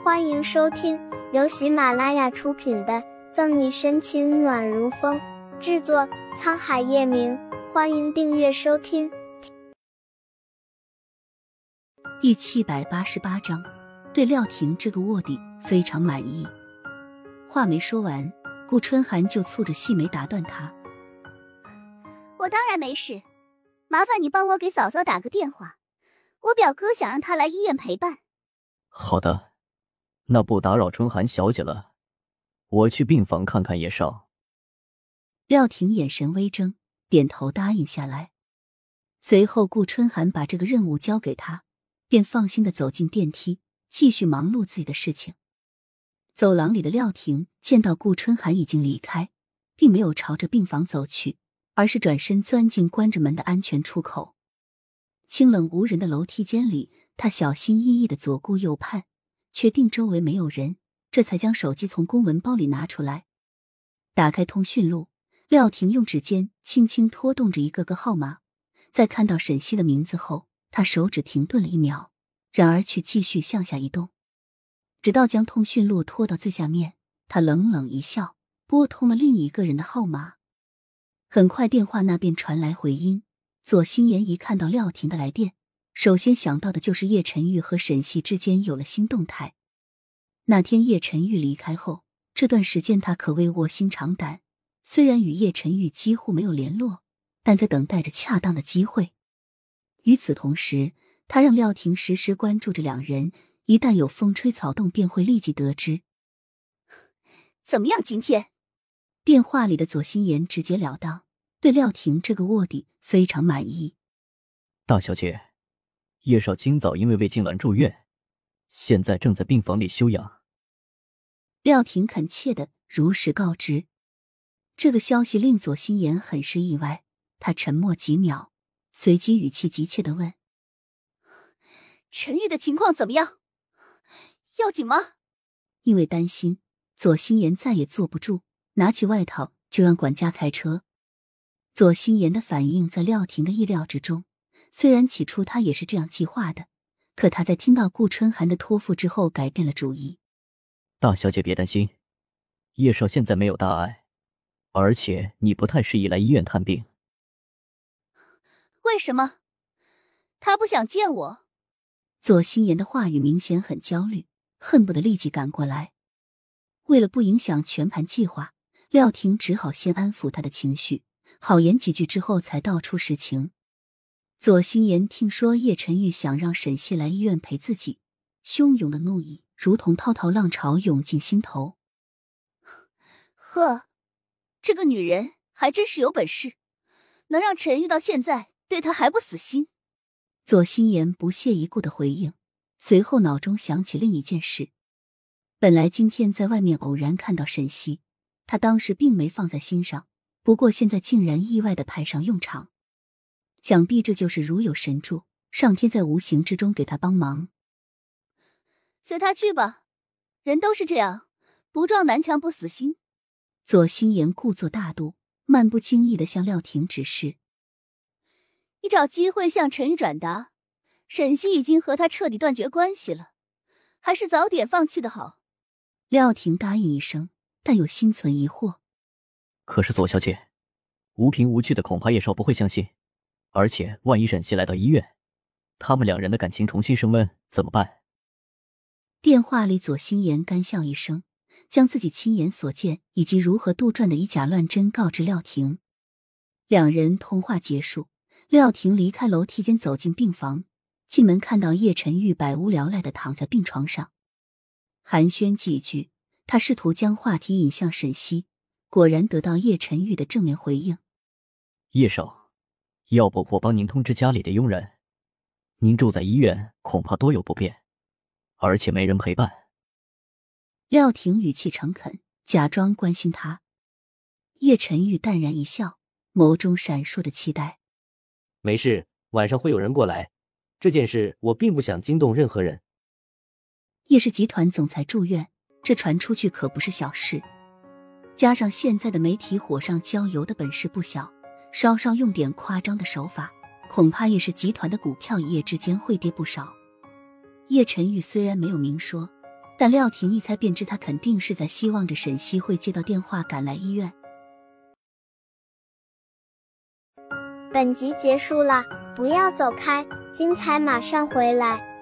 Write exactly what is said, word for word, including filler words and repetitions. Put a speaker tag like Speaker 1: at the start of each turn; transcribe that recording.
Speaker 1: 欢迎收听由喜马拉雅出品的《赠你深情暖如风》，制作沧海夜明。欢迎订阅收听。
Speaker 2: 第七百八十八章，对廖婷这个卧底非常满意。话没说完，顾春寒就蹙着细眉打断他：
Speaker 3: 我当然没事，麻烦你帮我给嫂嫂打个电话，我表哥想让她来医院陪伴。
Speaker 4: 好的，那不打扰春寒小姐了，我去病房看看叶少。
Speaker 2: 廖婷眼神微睁，点头答应下来。随后顾春寒把这个任务交给他，便放心地走进电梯，继续忙碌自己的事情。走廊里的廖婷见到顾春寒已经离开，并没有朝着病房走去，而是转身钻进关着门的安全出口。清冷无人的楼梯间里，他小心翼翼地左顾右盼，确定周围没有人，这才将手机从公文包里拿出来，打开通讯录。廖婷用指尖轻轻拖动着一个个号码，在看到沈西的名字后，他手指停顿了一秒，然而却继续向下移动，直到将通讯录拖到最下面，他冷冷一笑，拨通了另一个人的号码。很快电话那边传来回音，左心言一看到廖婷的来电，首先想到的就是叶晨玉和沈西之间有了新动态。那天叶晨玉离开后，这段时间他可谓卧薪尝胆，虽然与叶晨玉几乎没有联络，但在等待着恰当的机会。与此同时，他让廖婷时时关注着两人，一旦有风吹草动便会立即得知。
Speaker 3: 怎么样今天？
Speaker 2: 电话里的左心言直截了当，对廖婷这个卧底非常满意。
Speaker 4: 大小姐，叶少今早因为胃痉挛住院，现在正在病房里休养。
Speaker 2: 廖婷恳切地如实告知。这个消息令左心言很是意外，他沉默几秒，随即语气急切地问：
Speaker 3: 陈玉的情况怎么样？要紧吗？
Speaker 2: 因为担心，左心言再也坐不住，拿起外套就让管家开车。左心言的反应在廖婷的意料之中，虽然起初他也是这样计划的，可他在听到顾春寒的托付之后改变了主意。
Speaker 4: 大小姐别担心，叶少现在没有大碍，而且你不太适宜来医院探病。
Speaker 3: 为什么？他不想见我？
Speaker 2: 左心言的话语明显很焦虑，恨不得立即赶过来。为了不影响全盘计划，廖婷只好先安抚他的情绪，好言几句之后才道出实情。左心言听说叶晨玉想让沈西来医院陪自己，汹涌的怒意如同滔滔浪潮涌进心头。
Speaker 3: 呵，这个女人还真是有本事，能让陈玉到现在对她还不死心。
Speaker 2: 左心言不屑一顾的回应，随后脑中想起另一件事。本来今天在外面偶然看到沈西，他当时并没放在心上，不过现在竟然意外的派上用场。想必这就是如有神助，上天在无形之中给他帮忙。
Speaker 3: 随他去吧，人都是这样，不撞南墙不死心。
Speaker 2: 左心言故作大度，漫不经意地向廖婷指示：
Speaker 3: 你找机会向陈玉转达，沈西已经和他彻底断绝关系了，还是早点放弃的好。
Speaker 2: 廖婷答应一声，但又心存疑惑。
Speaker 4: 可是左小姐，无凭无据的恐怕叶少不会相信，而且万一沈西来到医院，他们两人的感情重新升温怎么办？
Speaker 2: 电话里左心言干笑一声，将自己亲眼所见以及如何杜撰的以假乱真告知廖婷。两人通话结束，廖婷离开楼梯间走进病房，进门看到叶晨玉百无聊赖地躺在病床上，寒暄几句，他试图将话题引向沈西，果然得到叶晨玉的正面回应。
Speaker 4: 叶少，要不我帮您通知家里的佣人，您住在医院恐怕多有不便，而且没人陪伴。
Speaker 2: 廖婷语气诚恳，假装关心他。叶晨玉淡然一笑，眸中闪烁着期待。
Speaker 5: 没事，晚上会有人过来，这件事我并不想惊动任何人。
Speaker 2: 叶氏集团总裁住院，这传出去可不是小事，加上现在的媒体火上浇油的本事不小，稍稍用点夸张的手法，恐怕叶氏集团的股票一夜之间会跌不少。叶晨玉虽然没有明说， 但廖婷一猜便知他肯定是在希望着沈西会接到电话赶来医院。
Speaker 1: 本集结束了，不要走开，精彩马上回来。